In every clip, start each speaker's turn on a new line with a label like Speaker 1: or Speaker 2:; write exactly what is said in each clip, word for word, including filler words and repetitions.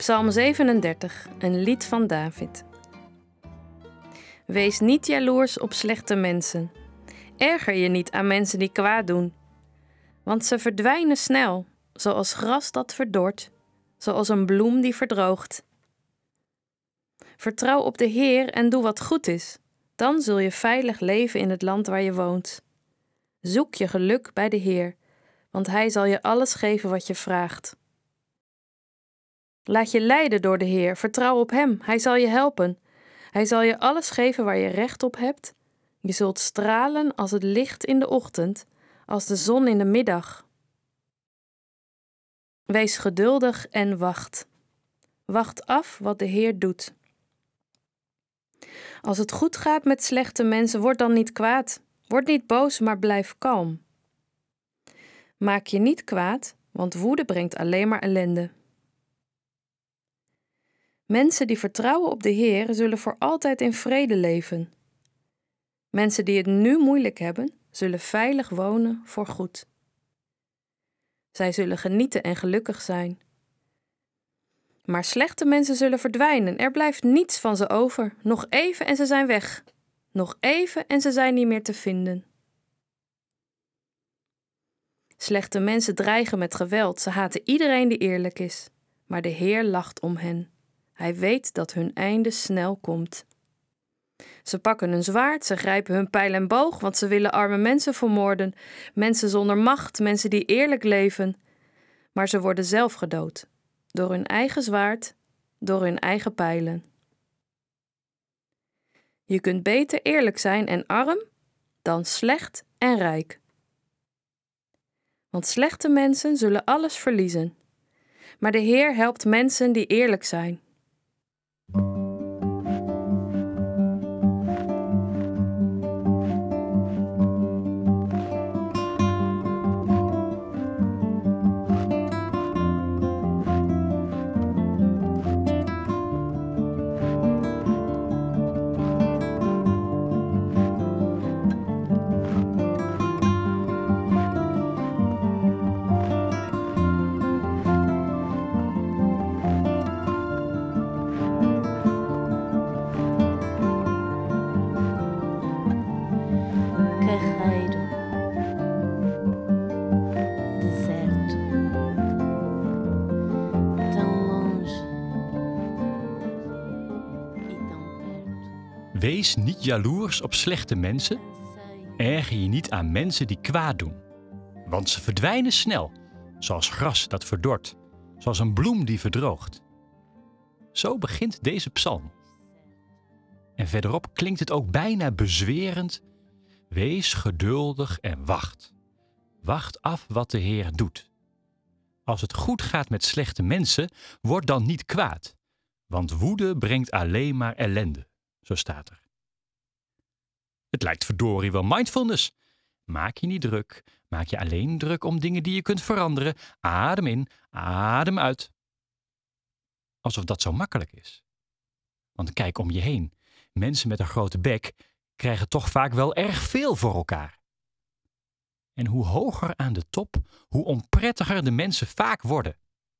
Speaker 1: Psalm zevenendertig, een lied van David. Wees niet jaloers op slechte mensen. Erger je niet aan mensen die kwaad doen. Want ze verdwijnen snel, zoals gras dat verdort, zoals een bloem die verdroogt. Vertrouw op de Heer en doe wat goed is. Dan zul je veilig leven in het land waar je woont. Zoek je geluk bij de Heer, want Hij zal je alles geven wat je vraagt. Laat je leiden door de Heer, vertrouw op Hem, Hij zal je helpen. Hij zal je alles geven waar je recht op hebt. Je zult stralen als het licht in de ochtend, als de zon in de middag. Wees geduldig en wacht. Wacht af wat de Heer doet. Als het goed gaat met slechte mensen, word dan niet kwaad. Word niet boos, maar blijf kalm. Maak je niet kwaad, want woede brengt alleen maar ellende. Mensen die vertrouwen op de Heer zullen voor altijd in vrede leven. Mensen die het nu moeilijk hebben, zullen veilig wonen voor goed. Zij zullen genieten en gelukkig zijn. Maar slechte mensen zullen verdwijnen. Er blijft niets van ze over. Nog even en ze zijn weg. Nog even en ze zijn niet meer te vinden. Slechte mensen dreigen met geweld. Ze haten iedereen die eerlijk is. Maar de Heer lacht om hen. Hij weet dat hun einde snel komt. Ze pakken hun zwaard, ze grijpen hun pijl en boog, want ze willen arme mensen vermoorden. Mensen zonder macht, mensen die eerlijk leven. Maar ze worden zelf gedood. Door hun eigen zwaard, door hun eigen pijlen. Je kunt beter eerlijk zijn en arm, dan slecht en rijk. Want slechte mensen zullen alles verliezen. Maar de Heer helpt mensen die eerlijk zijn.
Speaker 2: Carreiro, deserto, tão longe e tão perto.
Speaker 3: Wees niet jaloers op slechte mensen. Erger je niet aan mensen die kwaad doen. Want ze verdwijnen snel, zoals gras dat verdort, zoals een bloem die verdroogt. Zo begint deze psalm. En verderop klinkt het ook bijna bezwerend. Wees geduldig en wacht. Wacht af wat de Heer doet. Als het goed gaat met slechte mensen, word dan niet kwaad. Want woede brengt alleen maar ellende, zo staat er. Het lijkt verdorie wel mindfulness. Maak je niet druk. Maak je alleen druk om dingen die je kunt veranderen. Adem in, adem uit. Alsof dat zo makkelijk is. Want kijk om je heen. Mensen met een grote bek krijgen toch vaak wel erg veel voor elkaar. En hoe hoger aan de top, hoe onprettiger de mensen vaak worden.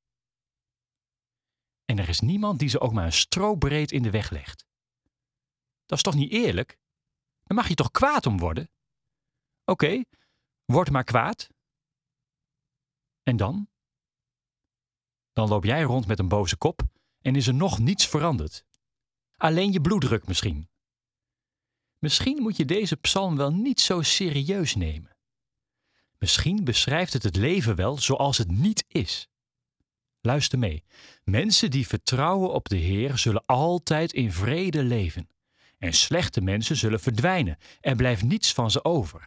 Speaker 3: En er is niemand die ze ook maar een strobreed in de weg legt. Dat is toch niet eerlijk? Daar mag je toch kwaad om worden? Oké, okay, word maar kwaad. En dan? Dan loop jij rond met een boze kop en is er nog niets veranderd. Alleen je bloeddruk misschien. Misschien moet je deze psalm wel niet zo serieus nemen. Misschien beschrijft het het leven wel zoals het niet is. Luister mee. Mensen die vertrouwen op de Heer zullen altijd in vrede leven. En slechte mensen zullen verdwijnen. Er blijft niets van ze over.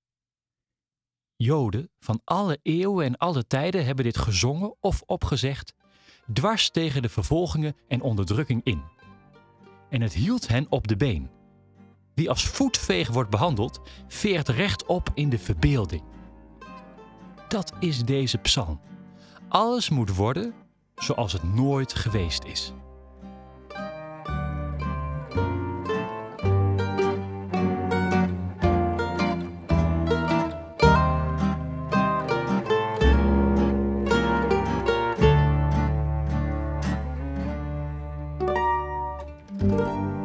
Speaker 3: Joden van alle eeuwen en alle tijden hebben dit gezongen of opgezegd, dwars tegen de vervolgingen en onderdrukking in. En het hield hen op de been. Wie als voetveeg wordt behandeld, veert rechtop in de verbeelding. Dat is deze psalm. Alles moet worden zoals het nooit geweest is.
Speaker 2: perto.